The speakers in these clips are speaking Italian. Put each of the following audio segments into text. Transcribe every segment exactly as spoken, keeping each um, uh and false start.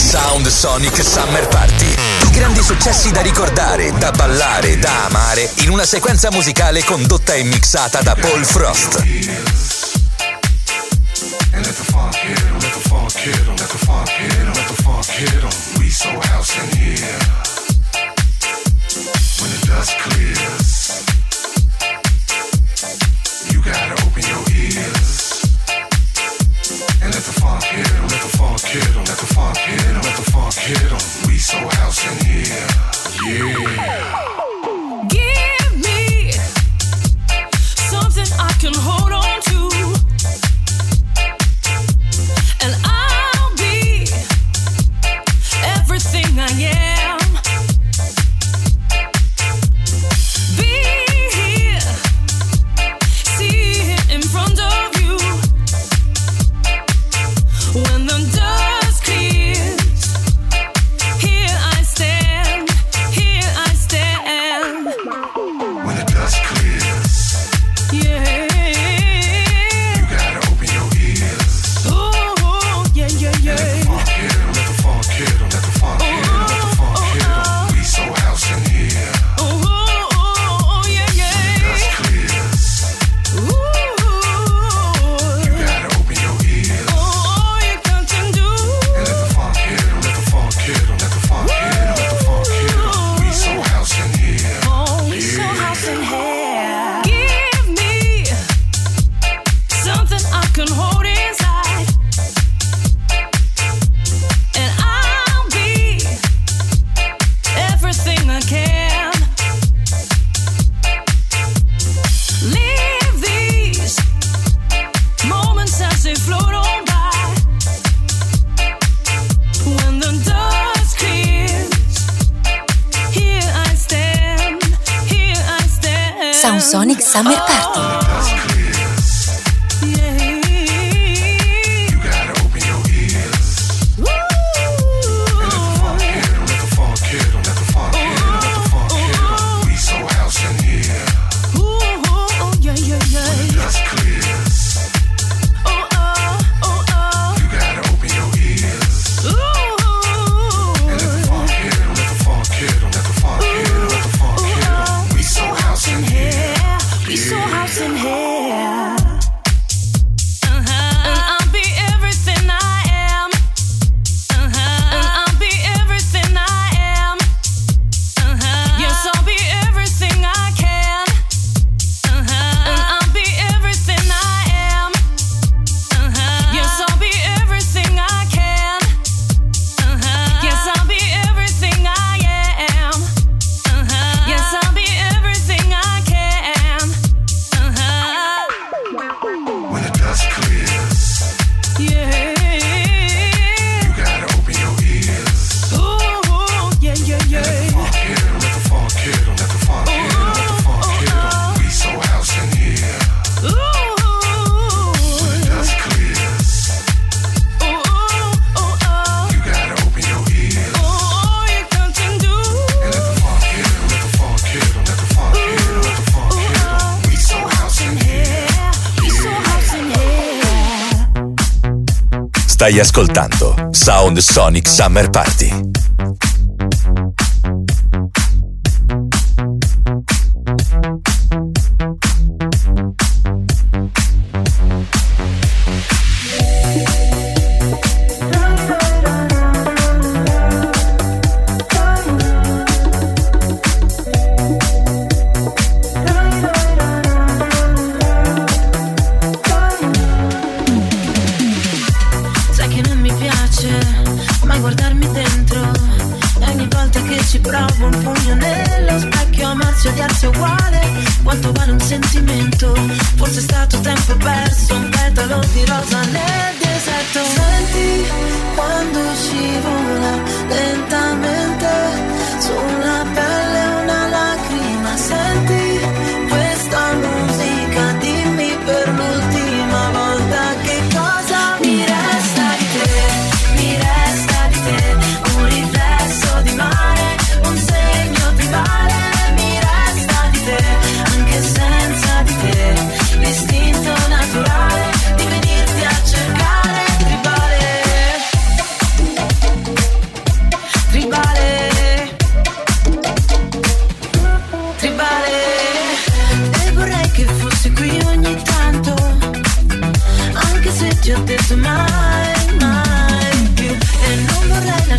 Sound Sonic Summer Party. I grandi successi da ricordare, da ballare, da amare in una sequenza musicale condotta e mixata da Paul Frost. And let the funk hit 'em, let the funk hit 'em, let the funk hit 'em, let the funk hit 'em. We so house in here. When the dust clears, you gotta open your ears. And let the funk hit 'em, let the funk hit 'em, let the funk hit 'em, let the funk hit 'em. We so house in here. Yeah. Give me something I can hold on to. Everything I am. Be here, see it in front of you. When the dust clears, here I stand, here I stand. When the dust clears, yeah, you gotta open your ears. Oh, yeah, yeah, yeah. Let the funk hit 'em, let the funk hit 'em, let the funk hit 'em, let the funk hit 'em. We so house in here. Oh, oh, oh, yeah, yeah. When the dust clears, Ooh, you gotta open your ears. oh, you got to do. And let the funk hit 'em, let the funk hit 'em, let the funk hit 'em, let the funk hit 'em. We so house in here. Oh, we so house in here. Give me something I can hold inside, and I'll be everything I can. Leave these moments as they float on by. When the dust clears, here I stand, here I stand. Sound Sonic Summer Party. When the dust clears, Yeah. you gotta open your ears. Ooh. And let the funk hit 'em, let the funk hit 'em, let the funk hit 'em, let the funk hit 'em. We so house in here. Ooh, oh, yeah, yeah, When the yeah. dust clears, Oh, oh, oh, oh. you gotta open your ears. Ooh. And let the funk hit 'em, let the funk hit 'em, let the funk hit 'em, let the funk hit 'em. We so house in here. We so house in here. Uh-huh. And I'll be everything I am. Uh-huh. And I'll be everything I am. Uh-huh. Yes, I'll be everything I can. Uh-huh. And I'll be everything I am. Uh-huh. Yes, I'll be everything I can. Uh-huh. Yes, I'll be everything I am. Uh-huh. Yes, I'll be everything I can. Uh-huh. When the dust clears, Yeah. you gotta open your ears. Ooh, yeah, yeah, Let the yeah. funk hit 'em, let the funk hit 'em, let the funk hit 'em, let the funk hit 'em. We so house in here. Ooh. When the dust clears, Oh, oh, oh, oh. you gotta open your ears. Oh, you got to do. And let the funk hit 'em, let the funk hit 'em, let the funk hit 'em, let the funk hit 'em. We so house in here. We so house in here. Stai ascoltando Sound Sonic Summer Party. Sai che non mi piace mai guardarmi dentro, e ogni volta che ci provo un pugno nello specchio. Amarsi e odiarsi è uguale, quanto vale un sentimento? Forse è stato tempo perso, un petalo di rosa nel deserto. Senti quando scivola lentamente sulla pelle una lacrima. Senti questa musica, dimmi per l'ultima volta che cosa mi resta di te. Mi resta di te un riflesso di mare, un segno tribale. Mi resta di te anche senza di te, l'istinto naturale di venirti a cercare tribale.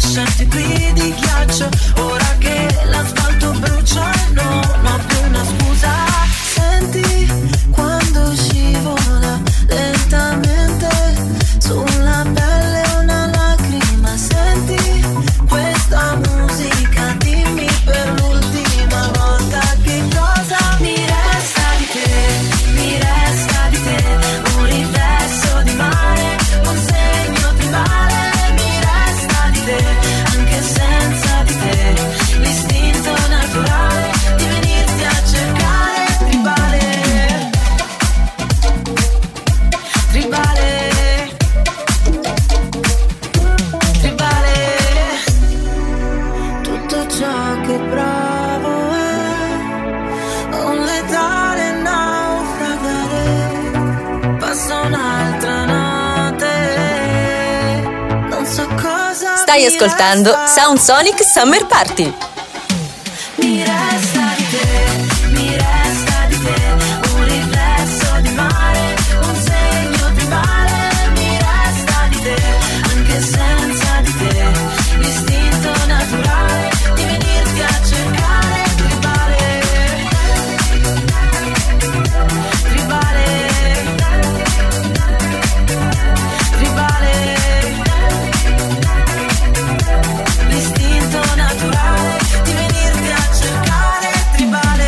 lasciarti qui di ghiaccio. Ora che l'asfalto brucia e non ho più una scusa. Senti quando scivola lentamente sulla pelle una lacrima. Senti questa musica, dimmi per l'ultima volta che cosa mi resta di te, mi resta di te, un riflesso di mare, un segno tribale, mi resta di te, anche senza di te, l'istinto naturale di venirti a cercare, tribale, tribale, tribale, tutto ciò che provo è un letale naufragare, passa un'altra notte, non so cosa. Stai ascoltando Sound Sonic Summer Party. Mi resta di te, mi resta di te, un riflesso di mare, un segno tribale, mi resta di te, anche senza di te, l'istinto naturale di venirti a cercare, tribale, tribale, tribale, l'istinto naturale di venirti a cercare, tribale.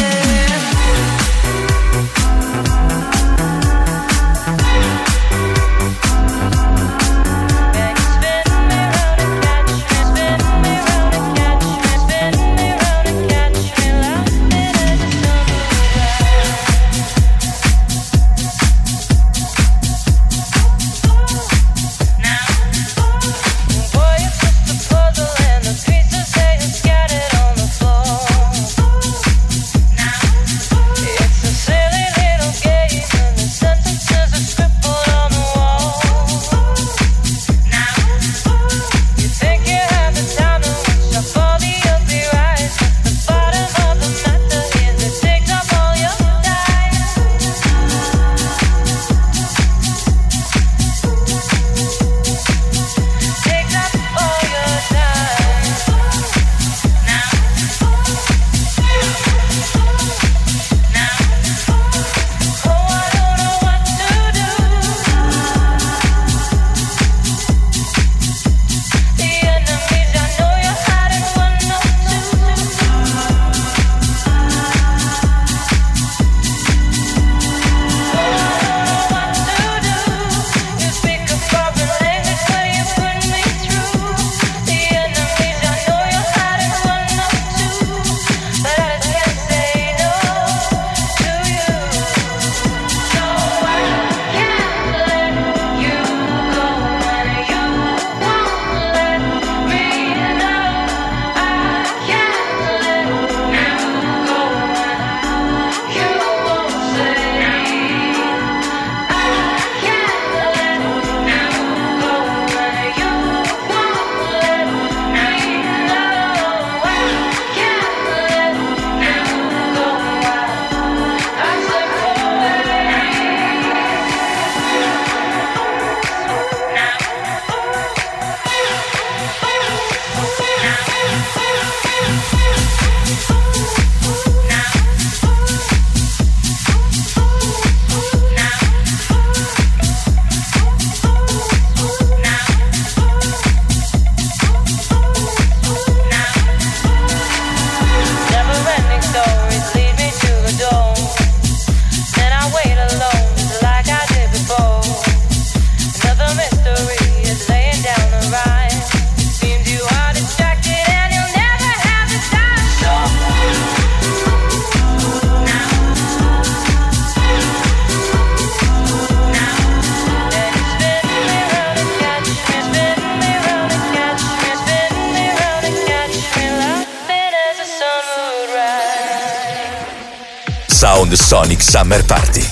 Sound Sonic Summer Party.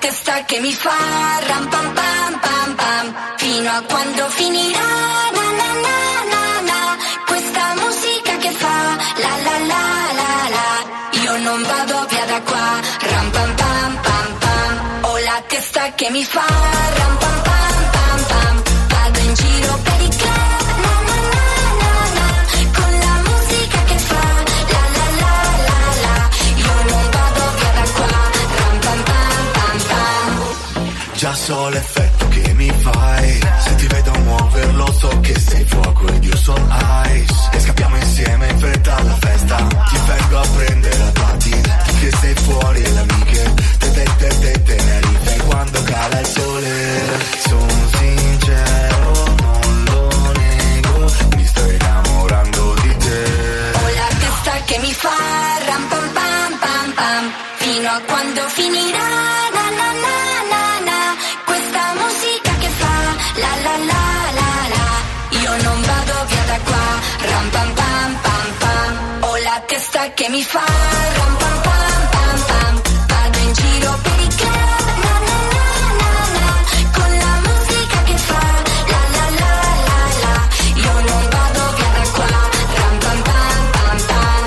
testa che mi fa ram pam pam pam pam, fino a quando finirà na na na na na, questa musica che fa la la la la la, io non vado via da qua, ram pam pam pam pam, ho la testa che mi fa ram pam pam pam pam, vado in giro per i club na na na na na, con la musica che fa la la la la la, io non vado via da qua, ram pam pam pam pam. Già so l'effetto che mi fai, se ti vedo muoverlo so che sei fuoco ed io sono ice, e scappiamo insieme in fretta alla festa, ti vengo a prendere a patti, tu che sei fuori e le amiche, te te te te Tenerife quando cala il sole, sono sincero, non lo nego, mi sto innamorando di te. Ho la testa che mi fa ram pam pam pam pam, fino a quando finirà na na na na na, questa musica che fa la la la la la, io non vado via da qua, ram pam pam pam pam, ho la testa che mi fa ram pam pam pam pam, vado in giro per i club na na na na na, con la musica che fa la la la la la, io non vado via da qua, ram pam pam pam pam.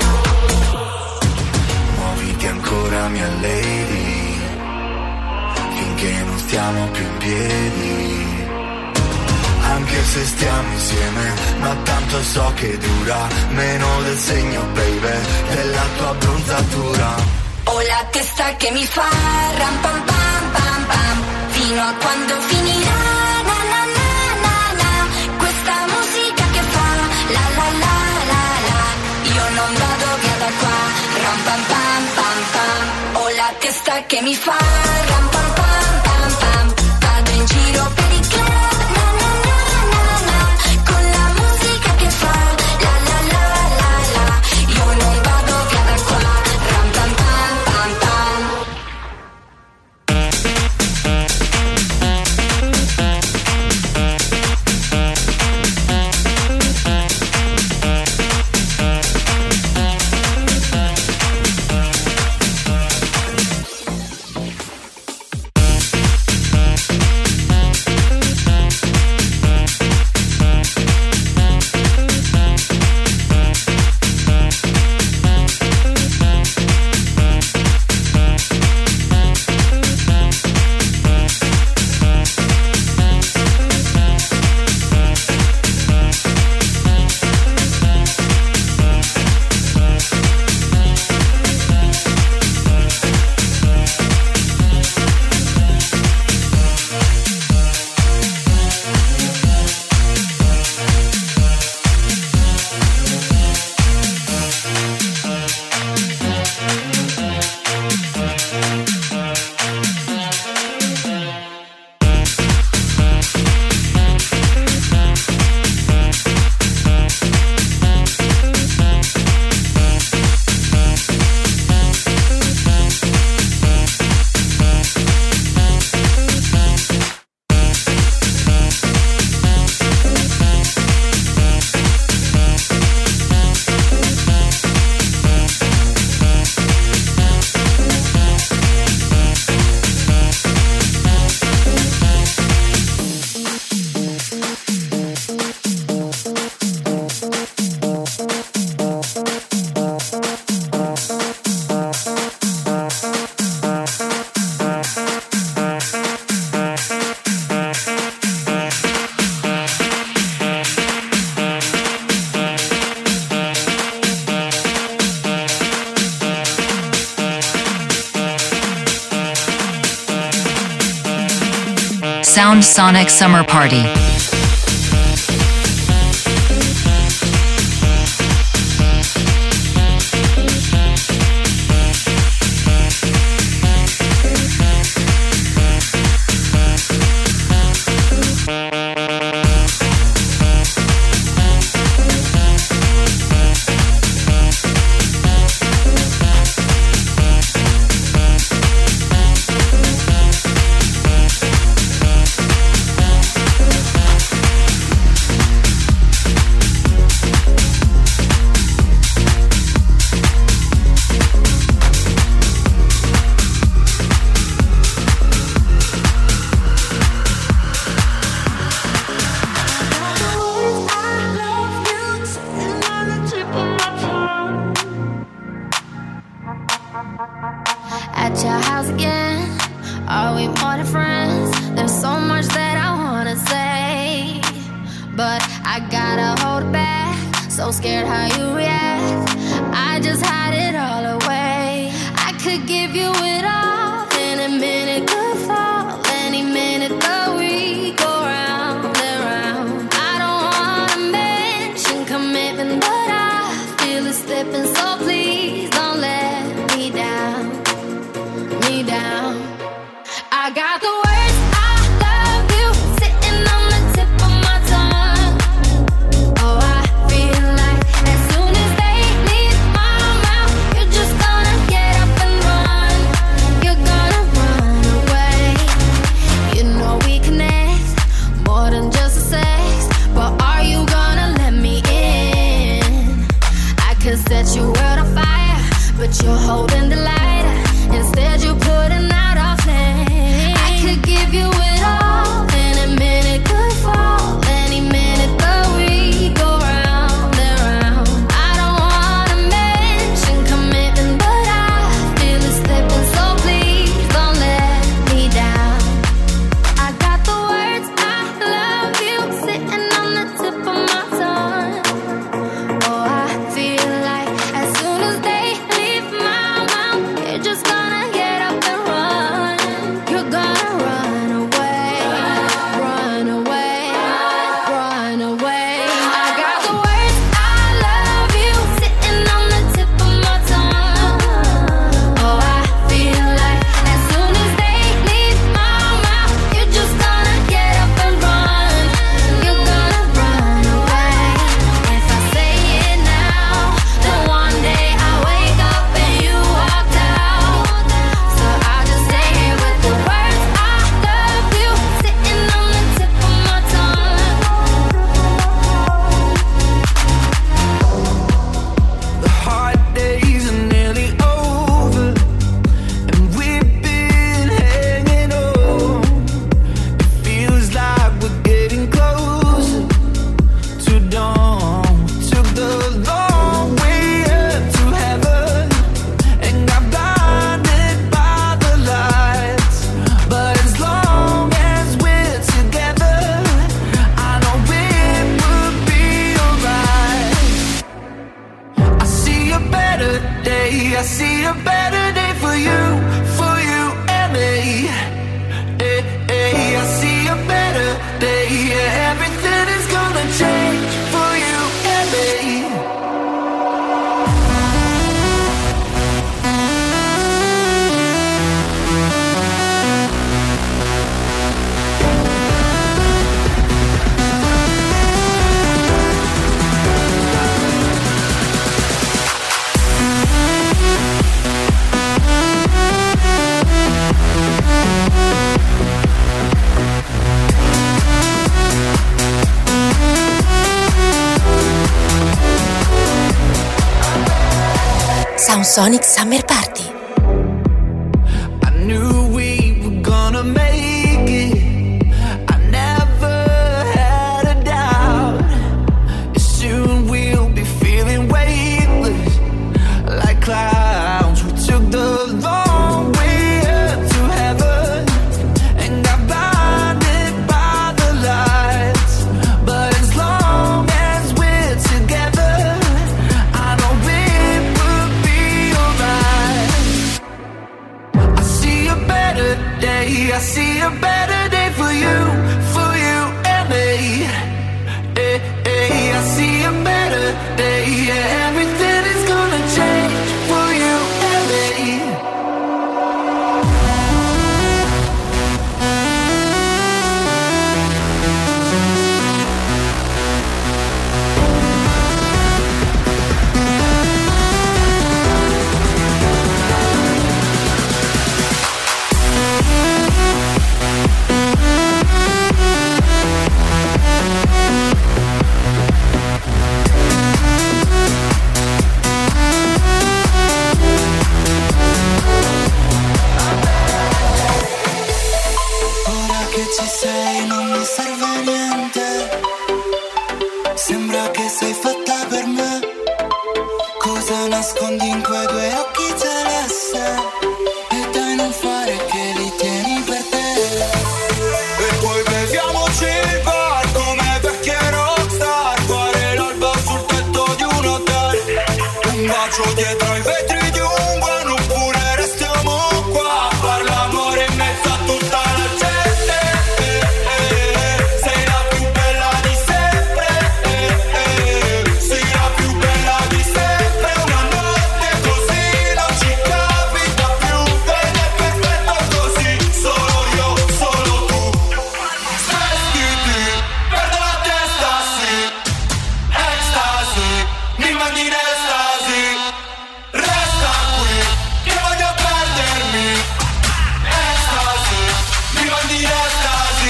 Muoviti ancora mia lady, finché non stiamo più in piedi, anche se stiamo insieme, ma tanto so che dura meno del segno, baby, della tua abbronzatura. Ho la testa che mi fa ram pam pam pam pam, fino a quando finirà na na na na na, questa musica che fa la la la la la, io non vado via da qua, ram pam pam pam pam, ho la testa che mi fa ram pam pam pam pam, vado in giro per i club na na na na na, con la musica che fa la la la la la, io non vado via da qua, ram pam pam pam pam. Sound Sonic Summer Party. so scared how you react. I just hide it all away. I could give you it all, and a minute could fall. Any minute that we go round and round. I don't wanna mention commitment, but I feel it slipping, so please don't let me down, me down. I got the words I love you sitting on the tip of my tongue. Oh, I feel like as soon as they leave my mouth, you're just gonna get up and run. You're gonna run away. You know we connect more than just a sex, but are you gonna let me in? I could set your world on fire, but you're holding the lighter. Instead you're putting out our flame. I could give you it all, and a minute could fall. Any minute that we go round and round. I don't wanna mention commitment, but I feel it slipping, so please don't let me down. I got the words I love you sitting on the tip of my tongue. Oh, I feel like as soon as they leave my mouth, you're just gonna get up and run. You're gonna run away, run away, run away. I got the words I love you sitting on the tip of my tongue. Oh, I feel like as soon as they leave my mouth, you're just gonna get up and run. You're gonna run away. If I say it now, then one day I wake up and you walked out. So I'll just say it with the words I love you sitting on the tip of my tongue. The hard days are nearly over, and we've been hanging on. It feels like we're getting closer to dawn. Took the long way up to heaven and got blinded by the lights. But as long as we're together, I know it will be alright. I see a better day, I see a better day for you, for you and me. Hey, hey, I see a better day, yeah, everything is gonna change for you and me. Soundsonic Summer Party. I knew we were gonna make it. I never had a doubt. Soon we'll be feeling weightless like clouds. We took the long way up to heaven and got blinded by the lights. But as long as we're together, I know it will be alright. I see a better day, I see a better day for you, for you and me. Hey, hey, I see a better day, yeah, everything is gonna change for you and me. nascondi in quei due occhi celeste e dai non fare che li tieni per te. E poi beviamoci il bar come vecchie rockstar, fare l'alba sul tetto di bacio dietro i vetri di un van, oppure restiamo qua a far l'amore in mezzo a tutta la gente. eh, eh, sei la più bella di sempre, eh, eh, sei la più bella di sempre. Una notte così non ci capita più, ed è perfetto così, solo io, solo tu. Svestiti, perdo la testa, sì, ecstasy, mi mandi in estasi. Resta qui, che voglio perdermi. Ecstasy, mi mandi in estasi.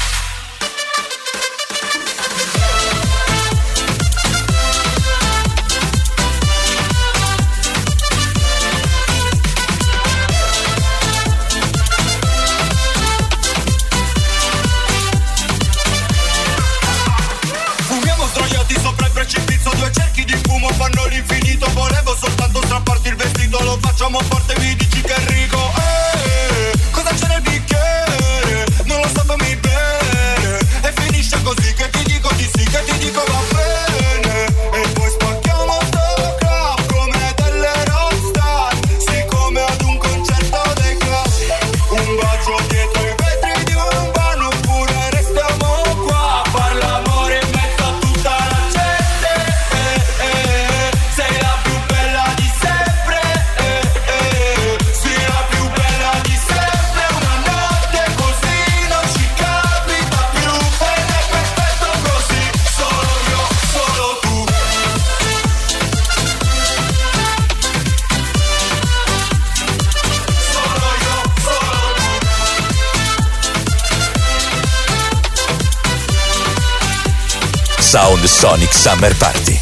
Fumiamo sdraiati sopra il precipizio, due cerchi di fumo fanno l'infinito. Volevo soltanto strapparti il vestito, lo facciamo forte, mi dici che è Enrico. Eh, cosa c'è nel bicchiere? Non lo so, fammi bere. E finisce così, che ti dico di sì, che ti dico va bene. E poi spacchiamo sto club come delle rockstar, sì, come ad un concerto dei club. Un bacio dietro i vetri di un van, oppure restiamo qua a far l'amore in mezzo a tutta la gente. eh, eh, sei la più bella di sempre, eh, eh, sei la più bella di sempre. Una notte così non ci capita più, ed è perfetto così, solo io, solo tu. Solo io, solo tu. Sound Sonic Summer Party.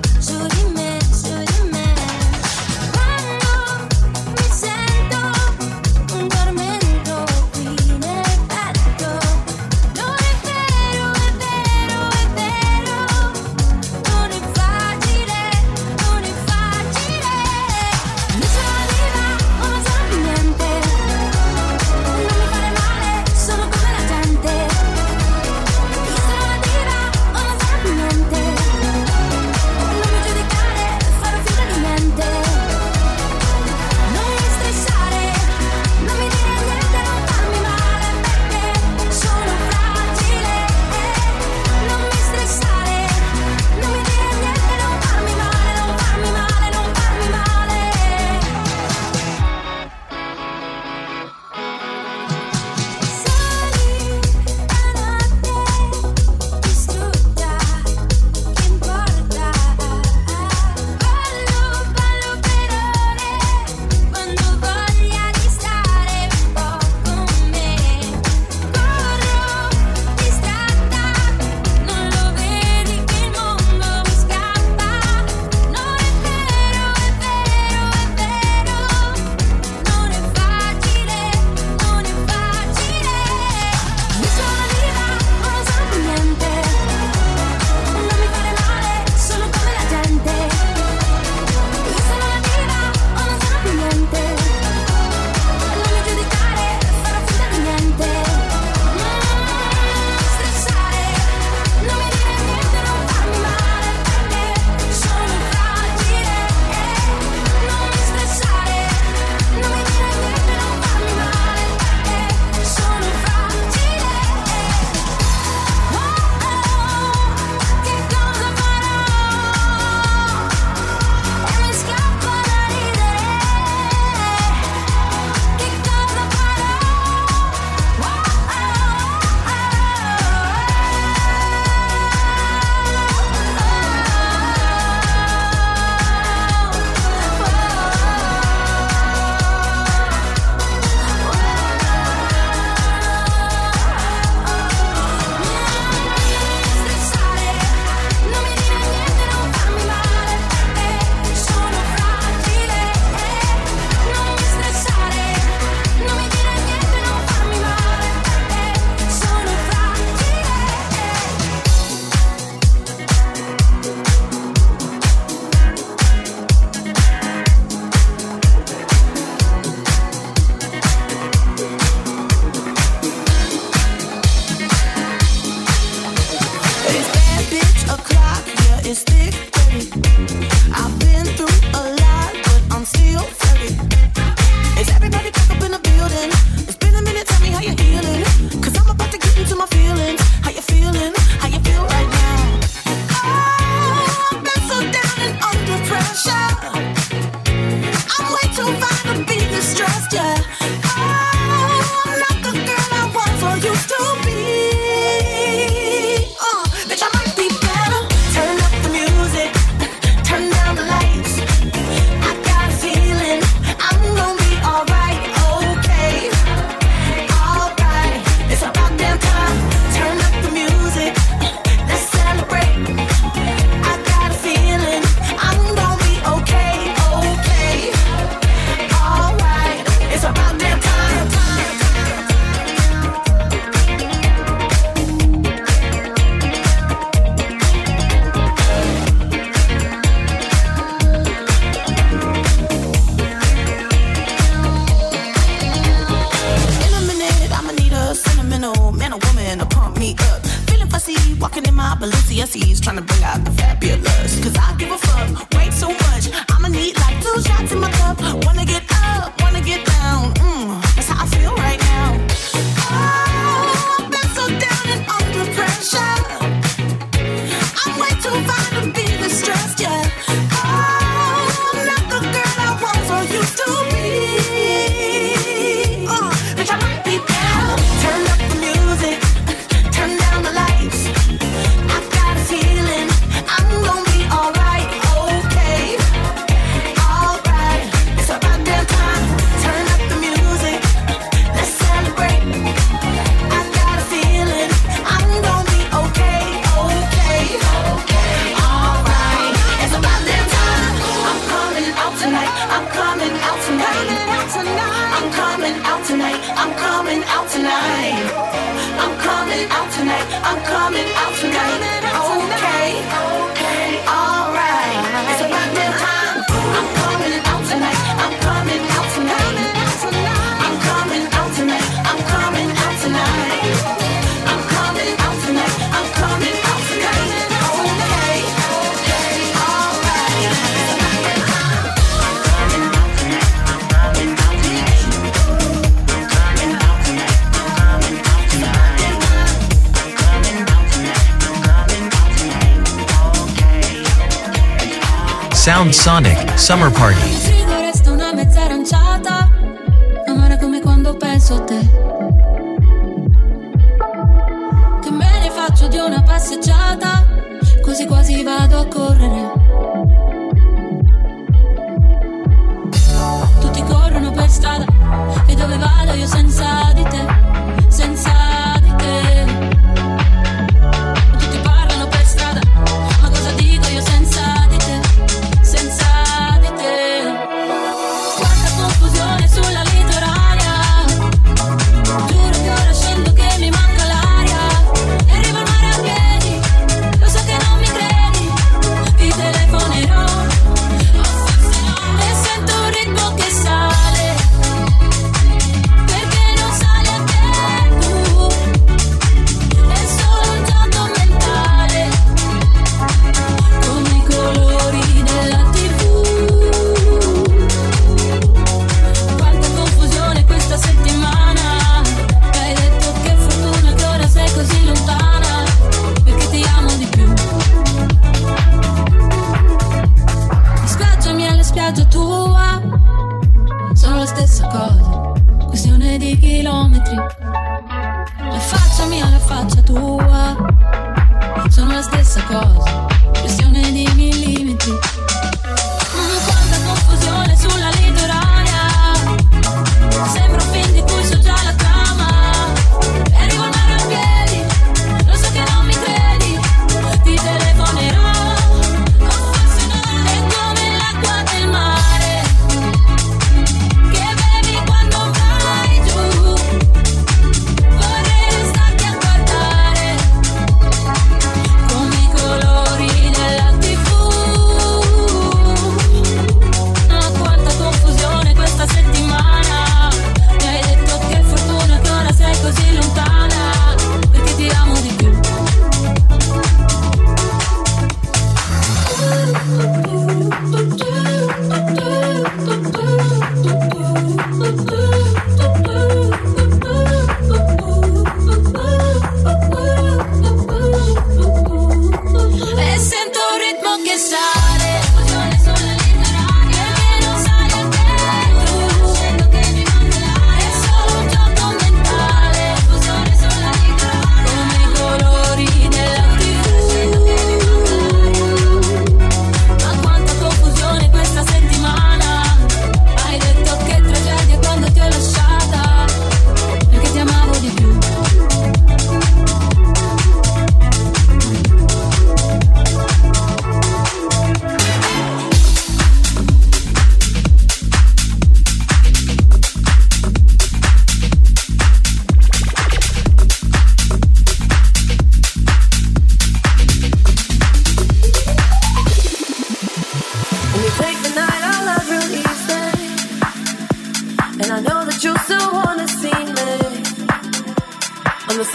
it's thick, baby. I've been through a lot, but I'm still ready. Is everybody back up in the building? It's been a minute, tell me how you're healing. Cause I'm about to get into my feelings. How you feeling? How you feel right now? Oh, I've been so down and under pressure. I'm way too fine to be distressed, yeah. Oh, I'm not the girl I once or used to be. Uh, bitch, I might be better. Turn up the music, turn down the lights. I got a feeling I'm gonna be alright, okay. Alright, it's about damn time. Turn up the music, let's celebrate. I got a feeling I'm gonna be okay, okay. Alright, it's about damn time. In a minute, I'ma need a sentimental man or woman to pump me up. Feeling fussy, walking in my Balenciennes, trying to bring out the fabulous. Cause I give a fuck, way too much. I'ma need like two shots in my cup. Wanna get up, wanna get down. Mm, that's how I feel right now. Oh, I've been so down and under pressure. I'm way too fine to be distressed, yeah. Oh, I'm not the girl I once or used to be. Uh, bitch, I might be better. Turn up the music, turn down the lights. I got a feeling I'm gonna be alright, okay. Alright, it's about damn time. Turn up the music, let's celebrate. I got a feeling I'm gonna be okay, okay. Alright, it's about damn time. I'm coming out tonight, I'm coming out tonight. I'm coming out tonight, I'm coming out tonight. I'm coming out tonight, I'm coming out tonight. Okay, okay, alright. It's about damn time. I'm coming out tonight, I'm coming out tonight. I'm coming out tonight, I'm coming out tonight. I'm coming out tonight, I'm coming out tonight. Okay, okay, alright. It's about damn time. Sound Sonic Summer Party. In frigo resta una mezza aranciata, amara come quando penso a te. Che me ne faccio di una passeggiata, così quasi vado a correre. Tutti corrono per strada, e dove vado io senza di te, senza di te. Tutti parlano per strada, ma cosa dico io senza di te, senza di te. Quanta confusione sulla litoranea, giuro che ora scendo che mi manca l'aria. E arrivo al mare a piedi, lo so che non mi credi, ti telefonerò, o forse no. E sento un ritmo che sale, perché non sale a te tu. È solo un gioco mentale, come i colori della tivù. Quanta confusione questa settimana, che hai detto che fortuna che ora sei così lontana, perché ti amo di più. Scacciami alla spiaggia tua, sono la stessa cosa, questione di chilometri. Affacciami alla faccia tua, sono la stessa cosa, questione di millimetri. Mm, quanta confusione sulla litoranea, sembra un film di cui so già la trama. E arrivo al mare a piedi, lo so che non mi credi, ti telefonerò, o forse no. È come l'acqua del mare, che bevi quando vai giù. Vorrei restarti a guardare, come i colori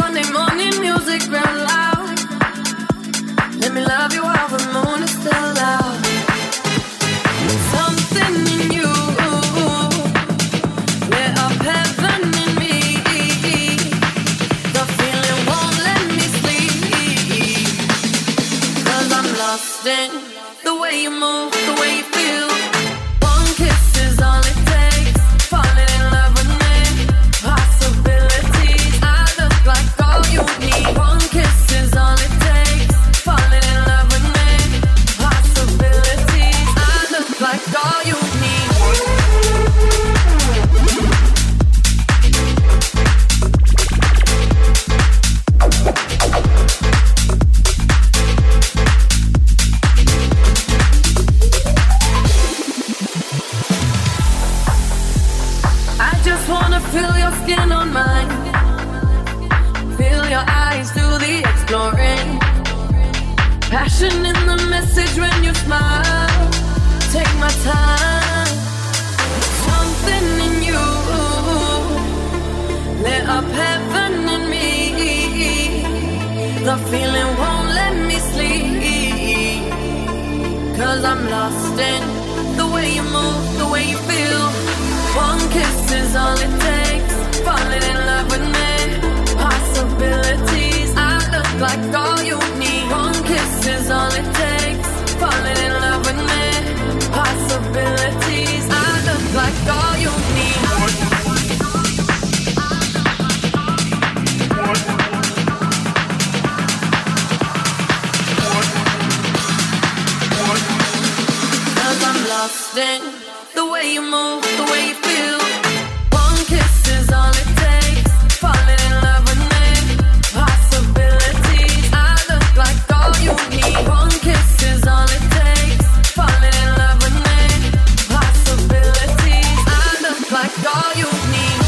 Monday morning music real loud. Let me love you while the moon is still out. Something in you lit up heaven in me. The feeling won't let me sleep. Cause I'm lost in the way you move, the way you feel. One kiss is all it takes. Falling in love with me. Possibilities. I look like all you need. One kiss is all it takes. Falling in love with me. Possibilities. I look like all you need. I just wanna feel your skin on mine. Feel your eyes do the exploring. Passion in the message when you smile. Take my time. Something in you lit up heaven in me. The feeling won't let me sleep. Cause I'm lost in the way you move, the way you feel. One kiss is all it takes. Falling in love with me. Possibilities. I look like all you need. One kiss is all it takes. Falling in love with me. Possibilities. I look like all you need. Cause I'm lost in the way you move, the way you feel. One kiss is all it takes. Falling in love with me. Possibilities. I look like all you need. One kiss is all it takes. Falling in love with me. Possibilities. I look like all you need.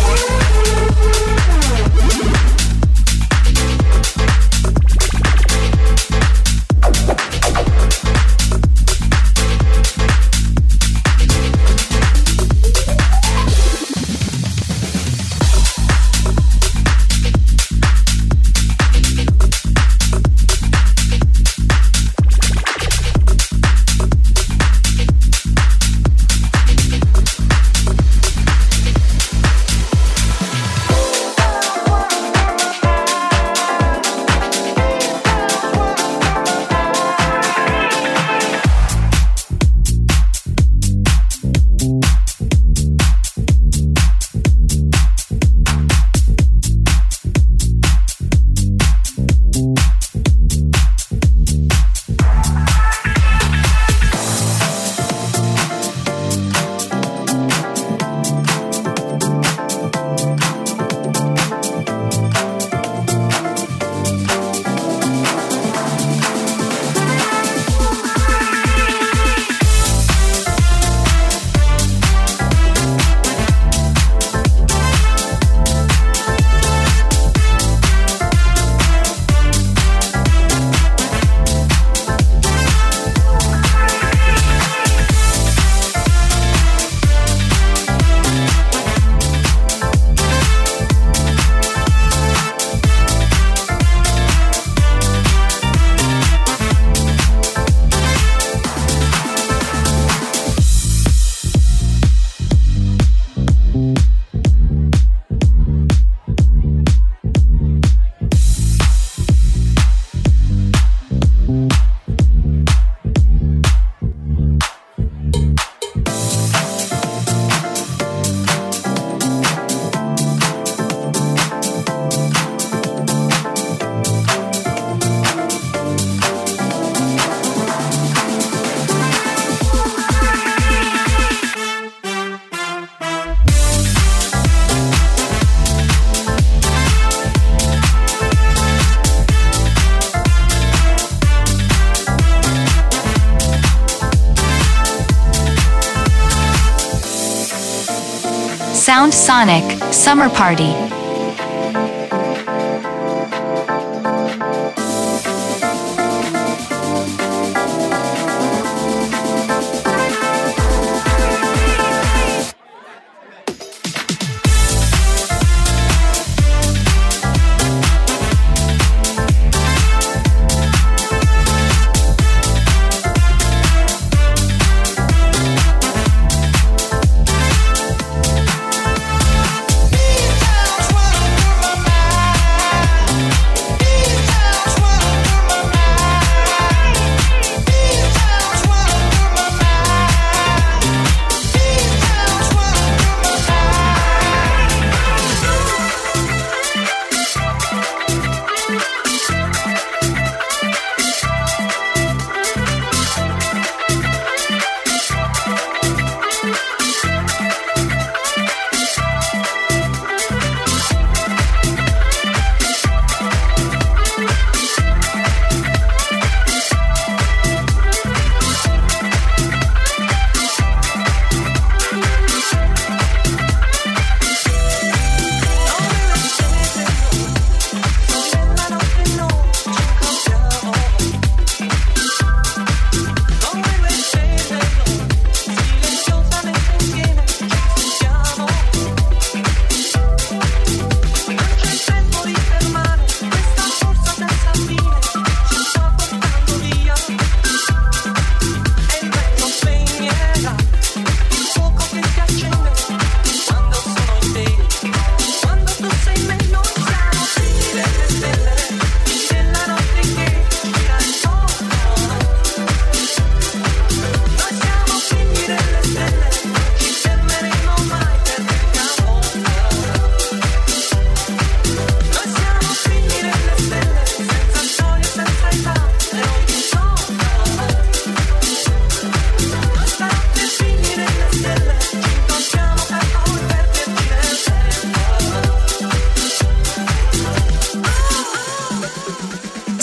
Sound Sonic Summer Party.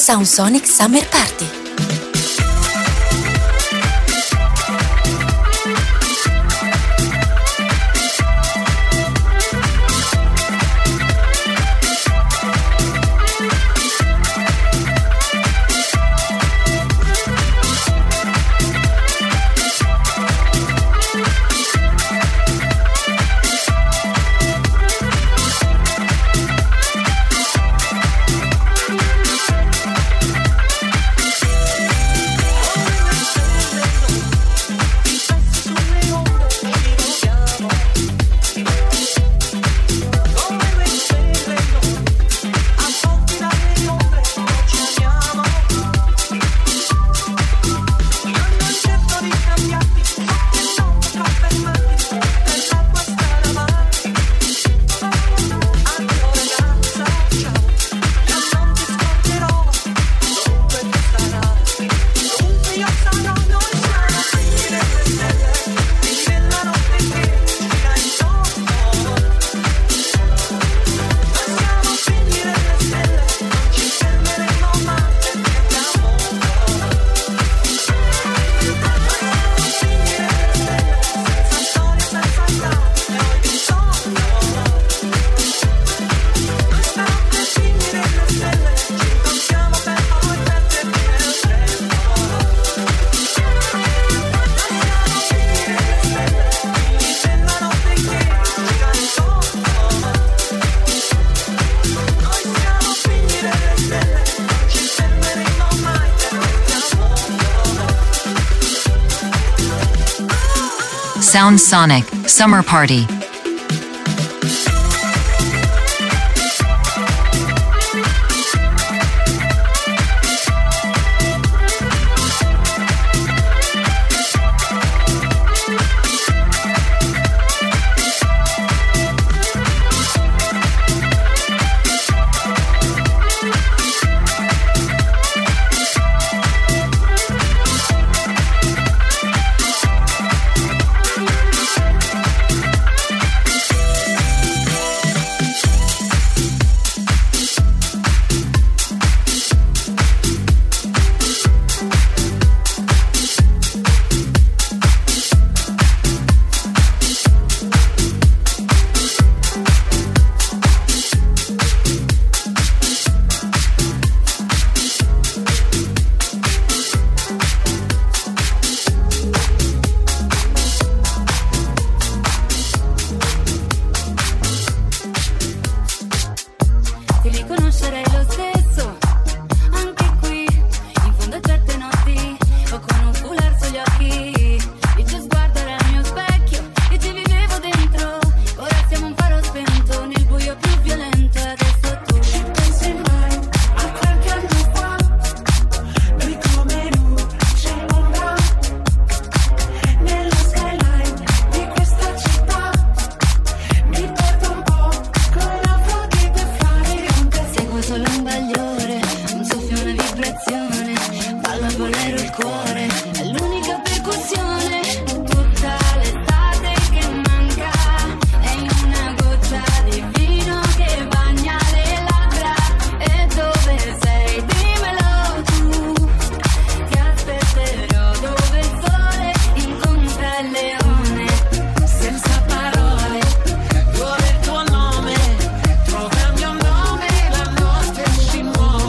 Sound Sonic Summer Party. Sound Sonic Summer Party. Muove,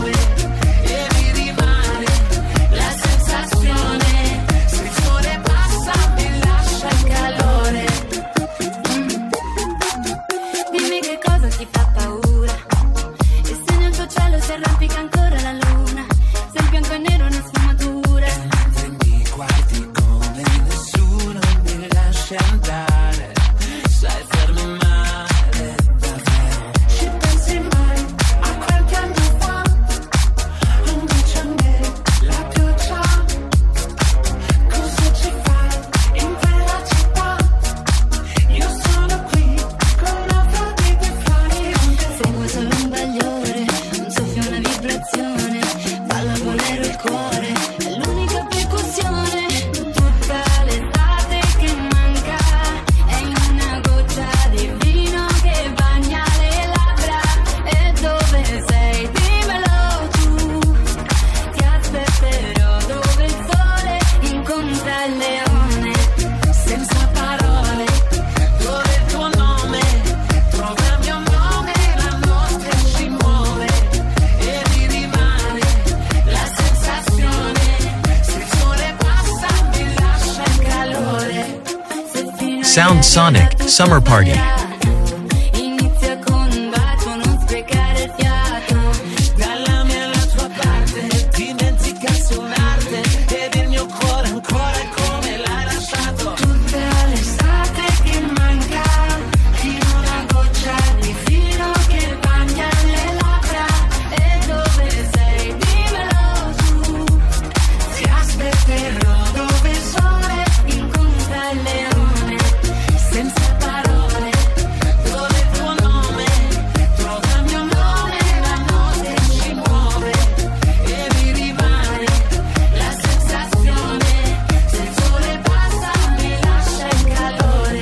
Sound Sonic Summer Party. Inizia con un bacio, non sprecare il fiato. Dalla mia alla tua parte, dimenticarsi un'arte. Ed il mio cuore ancora è come l'hai lasciato. Tutta l'estate che manca, fino a una goccia di filo che bagna le labbra. E dove sei? Dimmelo tu. Ti aspetterò dove il sole incontra il leone. Senza parole, dove il tuo nome trova il mio nome, la notte ci muove e mi rimane la sensazione. Se il sole passa mi lascia il calore.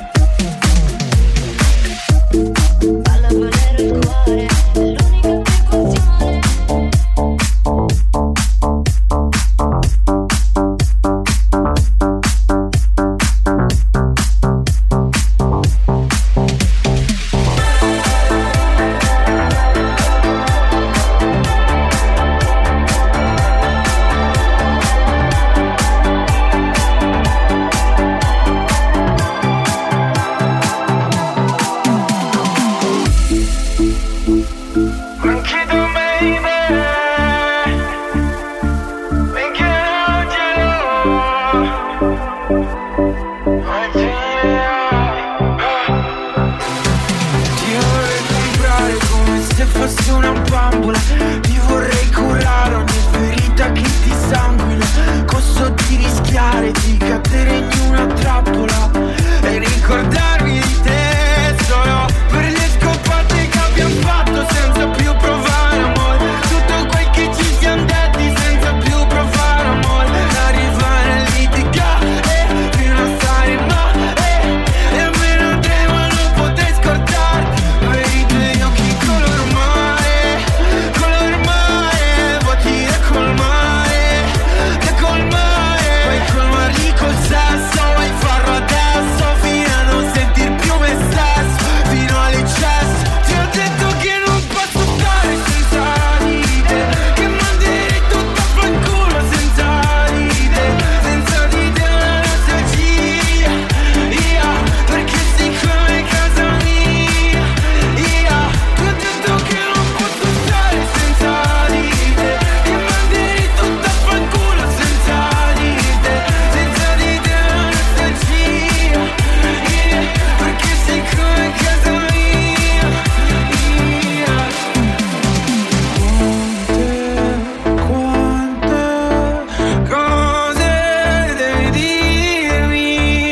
Falla volere il cuore, è l'unica precauzione. Ti vorrei comprare come se fossi una bambola. Ti vorrei curare ogni ferita che ti sanguina. Costo di rischiare di cadere in una trappola e ricordarmi di te solo per le scopate che abbiamo fatto senza più provare amore. Tutto quel che ci siamo detti senza più provare amore. Arrivare a litigare fino a stare male e almeno tre ma non potrei scordarti. Vedi gli occhi color mare, color mare, vuoti da colmare, da colmare. Puoi colmarli col sesso, vuoi farlo adesso fino a non sentir più me stesso, fino all'eccesso. Ti ho detto che non posso stare senza di te, che manderei tutto a fanculo senza di te, senza di te una nostalgia, yeah, perché sei come casa mia, yeah. Ti ho detto che non posso stare senza di te, che manderei tutto a fanculo senza di te, senza di te una nostalgia, yeah, perché sei come casa mia, yeah. Quante, quante cose devi dirmi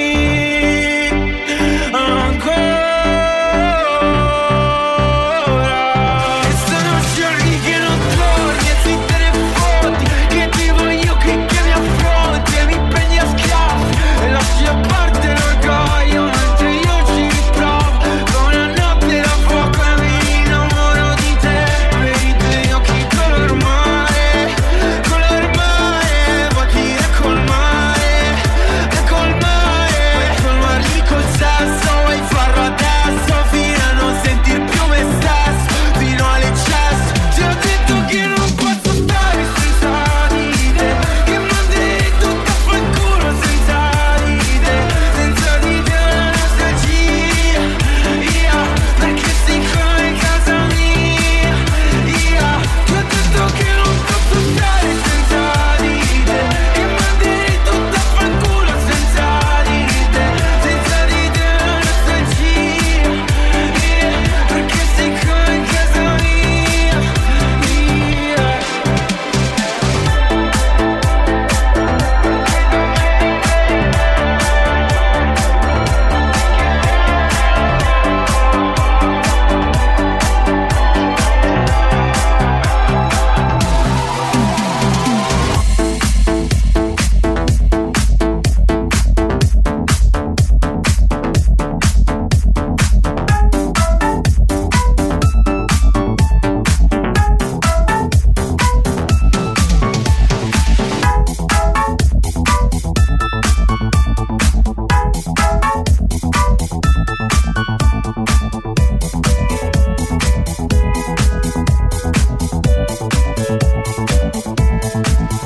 ancora. E sono giorni che non torni e si te ne fotti, che ti voglio qui che mi affronti e mi prendi a schiaffi e lasci a parte l'orgoglio mentre io ci riprovo. Con una notte da fuoco e mi innamoro di te. Vedi i tuoi occhi color mare, color mare, vuoti da colmare, da colmare. Puoi colmarli col sesso, vuoi farlo adesso fino a non sentir più me stesso, fino all'eccesso. Ti ho detto che non posso stare senza di te, che manderei tutto a fanculo senza di te, senza di te una nostalgia, yeah, perché sei come casa mia, yeah. Ti ho detto che non posso stare senza di te, che manderei tutto a fanculo senza di te, senza di te una nostalgia, yeah, perché sei come casa mia, yeah.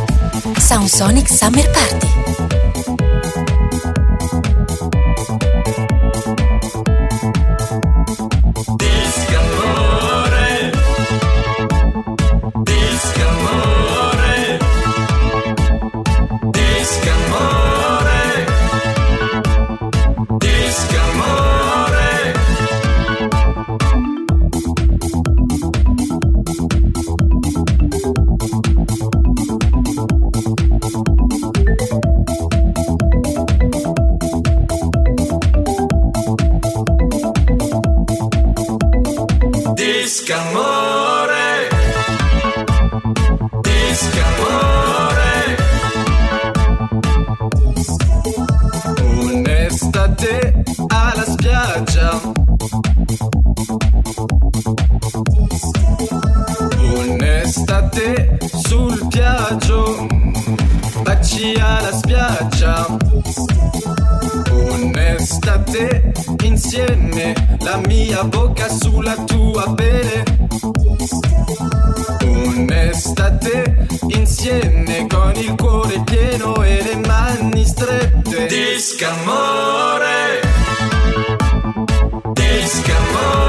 Sound Sonic Summer Party. Un'estate sul piaggio, baci alla spiaggia. Un'estate insieme, la mia bocca sulla tua pelle. Un'estate insieme con il cuore pieno e le mani strette. Discamore, discamore.